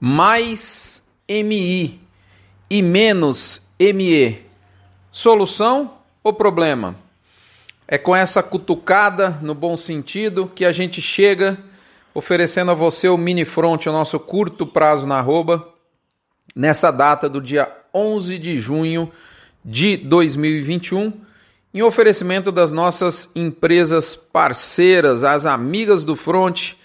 mais MI e menos ME. Solução ou problema? É com essa cutucada, no bom sentido, que a gente chega oferecendo a você o Mini Front, o nosso curto prazo na arroba, nessa data do dia 11 de junho de 2021, em oferecimento das nossas empresas parceiras, as amigas do Front,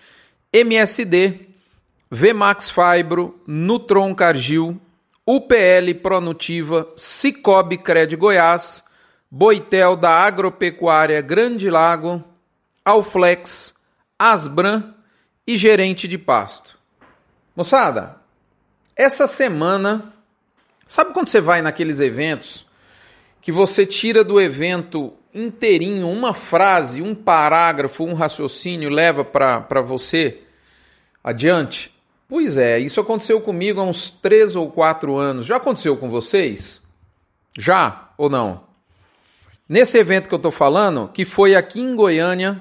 MSD, Vmax Fibro, Nutron Cargill, UPL Pronutiva, Cicobi Cred Goiás, Boitel da Agropecuária Grande Lago, Alflex, Asbram e Gerente de Pasto. Moçada, essa semana, sabe quando você vai naqueles eventos que você tira do evento inteirinho uma frase, um parágrafo, um raciocínio, leva para você adiante? Pois é, isso aconteceu comigo há uns 3 ou 4 anos. Já aconteceu com vocês? Já ou não? Nesse evento que eu estou falando, que foi aqui em Goiânia,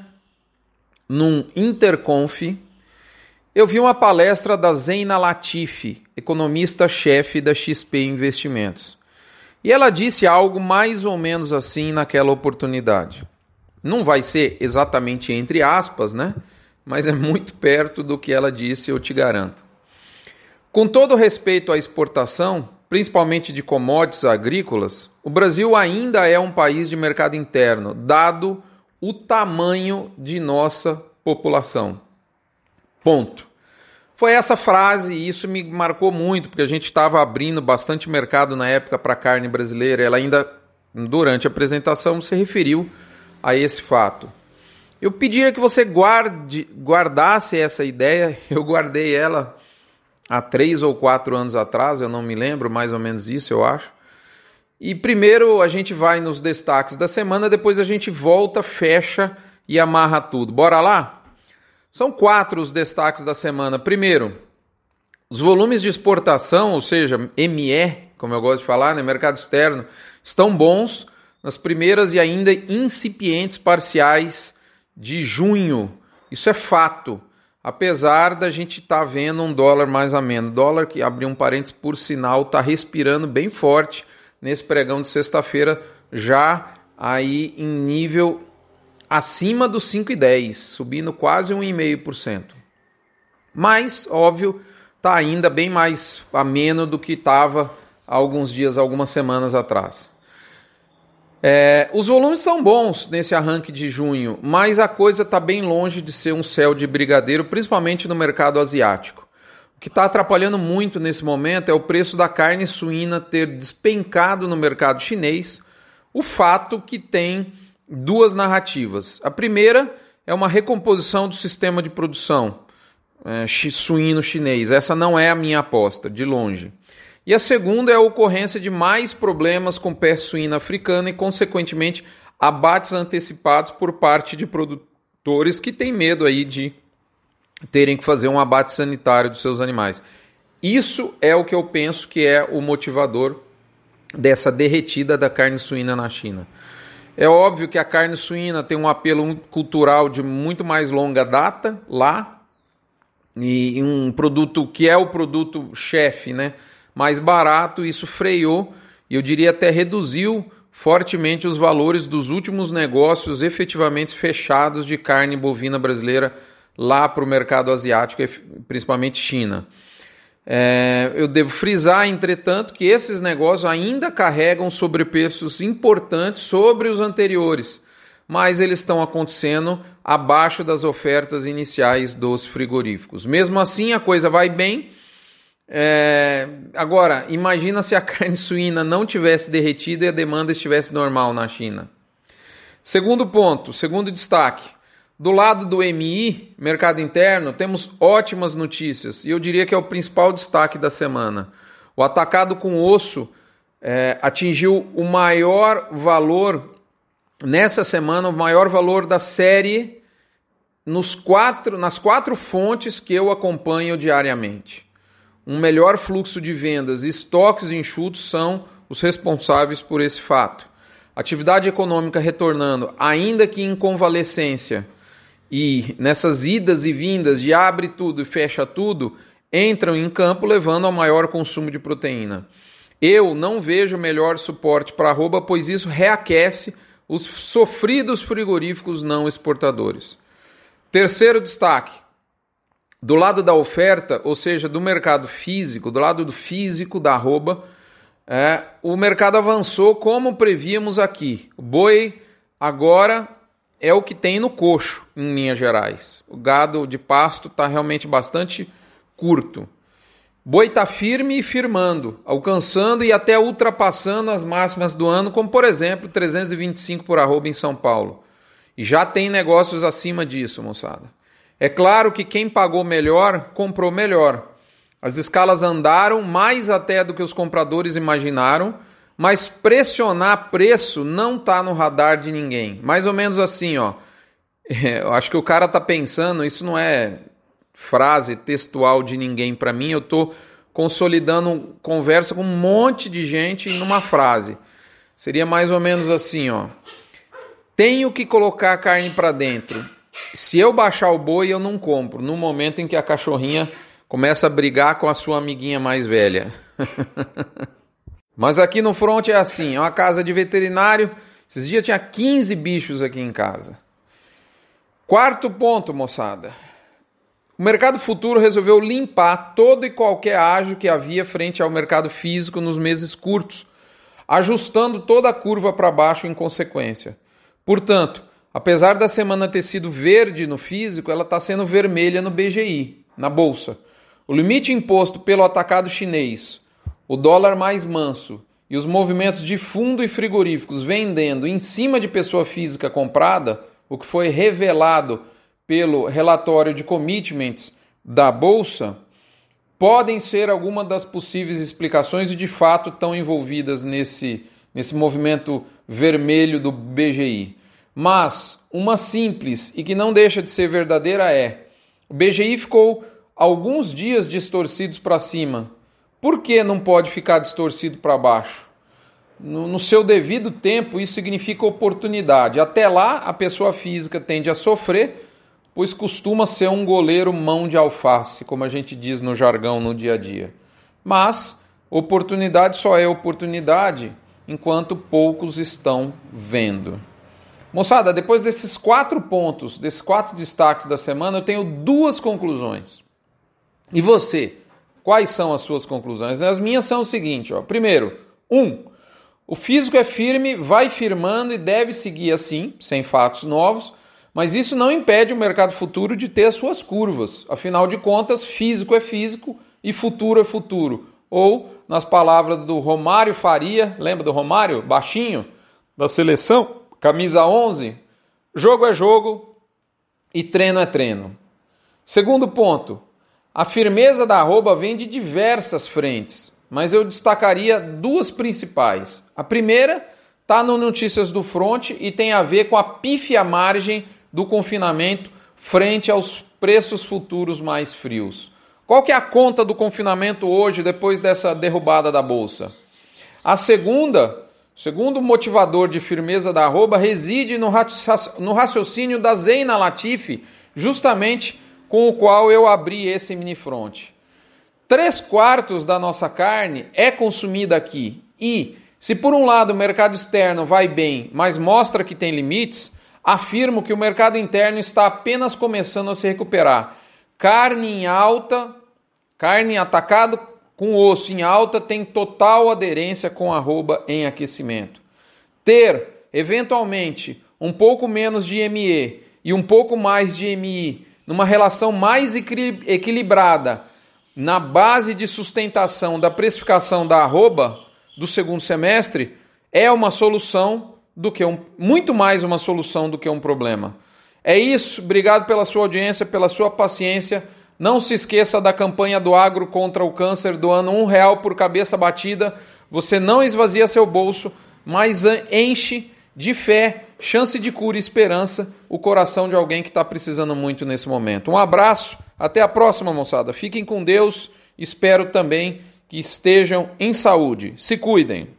num Interconf, eu vi uma palestra da Zeina Latifi, economista-chefe da XP Investimentos. E ela disse algo mais ou menos assim naquela oportunidade. Não vai ser exatamente entre aspas, né? Mas é muito perto do que ela disse, eu te garanto. Com todo respeito à exportação, principalmente de commodities agrícolas, o Brasil ainda é um país de mercado interno, dado o tamanho de nossa população. Ponto. Foi essa frase e isso me marcou muito, porque a gente estava abrindo bastante mercado na época para a carne brasileira. Ela ainda, durante a apresentação, se referiu a esse fato. Eu pediria que você guardasse essa ideia. Eu guardei ela há 3 ou 4 anos atrás, eu não me lembro, mais ou menos isso, eu acho. E primeiro a gente vai nos destaques da semana, depois a gente volta, fecha e amarra tudo. Bora lá? São 4 os destaques da semana. Primeiro, os volumes de exportação, ou seja, ME, como eu gosto de falar, no mercado externo, estão bons nas primeiras e ainda incipientes parciais de junho. Isso é fato, apesar da gente estar vendo um dólar mais ameno. Dólar, que abriu um parênteses por sinal, está respirando bem forte nesse pregão de sexta-feira, já aí em nível acima dos 5,10, subindo quase 1,5%. Mas, óbvio, está ainda bem mais ameno do que estava há alguns dias, algumas semanas atrás. Os volumes estão bons nesse arranque de junho, mas a coisa está bem longe de ser um céu de brigadeiro, principalmente no mercado asiático. O que está atrapalhando muito nesse momento é o preço da carne suína ter despencado no mercado chinês, o fato que tem 2 narrativas. A primeira é uma recomposição do sistema de produção suíno chinês. Essa não é a minha aposta, de longe. E a segunda é a ocorrência de mais problemas com peste suína africana e, consequentemente, abates antecipados por parte de produtores que têm medo aí de terem que fazer um abate sanitário dos seus animais. Isso é o que eu penso que é o motivador dessa derretida da carne suína na China. É óbvio que a carne suína tem um apelo cultural de muito mais longa data lá, e um produto que é o produto chefe, né, mais barato, isso freou e eu diria até reduziu fortemente os valores dos últimos negócios efetivamente fechados de carne bovina brasileira lá para o mercado asiático, principalmente China. Eu devo frisar, entretanto, que esses negócios ainda carregam sobrepreços importantes sobre os anteriores, mas eles estão acontecendo abaixo das ofertas iniciais dos frigoríficos. Mesmo assim, a coisa vai bem. Agora, imagina se a carne suína não tivesse derretido e a demanda estivesse normal na China. Segundo ponto, segundo destaque. Do lado do MI, mercado interno, temos ótimas notícias e eu diria que é o principal destaque da semana. O atacado com osso atingiu o maior valor, nessa semana, o maior valor da série nas 4 fontes que eu acompanho diariamente. Um melhor fluxo de vendas e estoques enxutos são os responsáveis por esse fato. Atividade econômica retornando, ainda que em convalescência, e nessas idas e vindas de abre tudo e fecha tudo, entram em campo levando ao maior consumo de proteína. Eu não vejo melhor suporte para arroba, pois isso reaquece os sofridos frigoríficos não exportadores. Terceiro destaque, do lado da oferta, ou seja, do mercado físico, do lado do físico da arroba, o mercado avançou como prevíamos aqui. O boi agora é o que tem no coxo, em linhas gerais. O gado de pasto está realmente bastante curto. Boi está firme e firmando, alcançando e até ultrapassando as máximas do ano, como por exemplo 325 por arroba em São Paulo. E já tem negócios acima disso, moçada. É claro que quem pagou melhor, comprou melhor. As escalas andaram mais até do que os compradores imaginaram, mas pressionar preço não está no radar de ninguém. Mais ou menos assim, ó. Eu acho que o cara está pensando, isso não é frase textual de ninguém para mim, eu estou consolidando conversa com um monte de gente numa frase. Seria mais ou menos assim, ó. Tenho que colocar a carne para dentro. Se eu baixar o boi, eu não compro. No momento em que a cachorrinha começa a brigar com a sua amiguinha mais velha. Mas aqui no front é assim, é uma casa de veterinário. Esses dias tinha 15 bichos aqui em casa. Quarto ponto, moçada. O mercado futuro resolveu limpar todo e qualquer ágio que havia frente ao mercado físico nos meses curtos, ajustando toda a curva para baixo em consequência. Portanto, apesar da semana ter sido verde no físico, ela está sendo vermelha no BGI, na bolsa. O limite imposto pelo atacado chinês, o dólar mais manso e os movimentos de fundo e frigoríficos vendendo em cima de pessoa física comprada, o que foi revelado pelo relatório de commitments da bolsa, podem ser alguma das possíveis explicações e de fato estão envolvidas nesse movimento vermelho do BGI. Mas uma simples e que não deixa de ser verdadeira é: o BGI ficou alguns dias distorcidos para cima. Por que não pode ficar distorcido para baixo? No seu devido tempo, isso significa oportunidade. Até lá, a pessoa física tende a sofrer, pois costuma ser um goleiro mão de alface, como a gente diz no jargão no dia a dia. Mas oportunidade só é oportunidade enquanto poucos estão vendo. Moçada, depois desses 4 pontos, desses 4 destaques da semana, eu tenho 2 conclusões. E você? Quais são as suas conclusões? As minhas são o seguinte, ó. Primeiro, 1. O físico é firme, vai firmando e deve seguir assim, sem fatos novos, mas isso não impede o mercado futuro de ter as suas curvas. Afinal de contas, físico é físico e futuro é futuro. Ou, nas palavras do Romário Faria, lembra do Romário, baixinho, da seleção? Camisa 11, jogo é jogo e treino é treino. Segundo ponto, a firmeza da arroba vem de diversas frentes, mas eu destacaria 2 principais. A primeira está no Notícias do Front e tem a ver com a pífia margem do confinamento frente aos preços futuros mais frios. Qual que é a conta do confinamento hoje depois dessa derrubada da bolsa? A segunda... O segundo motivador de firmeza da arroba reside no raciocínio da Zeina Latifi, justamente com o qual eu abri esse minifront. 3/4 da nossa carne é consumida aqui e, se por um lado o mercado externo vai bem, mas mostra que tem limites, afirmo que o mercado interno está apenas começando a se recuperar. Carne em alta, carne atacado com osso em alta tem total aderência com arroba em aquecimento. Ter, eventualmente, um pouco menos de ME e um pouco mais de MI numa relação mais equilibrada na base de sustentação da precificação da arroba do segundo semestre é uma solução muito mais uma solução do que um problema. É isso, obrigado pela sua audiência, pela sua paciência. Não se esqueça da campanha do Agro contra o Câncer, doando R$1 por cabeça batida. Você não esvazia seu bolso, mas enche de fé, chance de cura e esperança o coração de alguém que está precisando muito nesse momento. Um abraço, até a próxima, moçada. Fiquem com Deus, espero também que estejam em saúde. Se cuidem.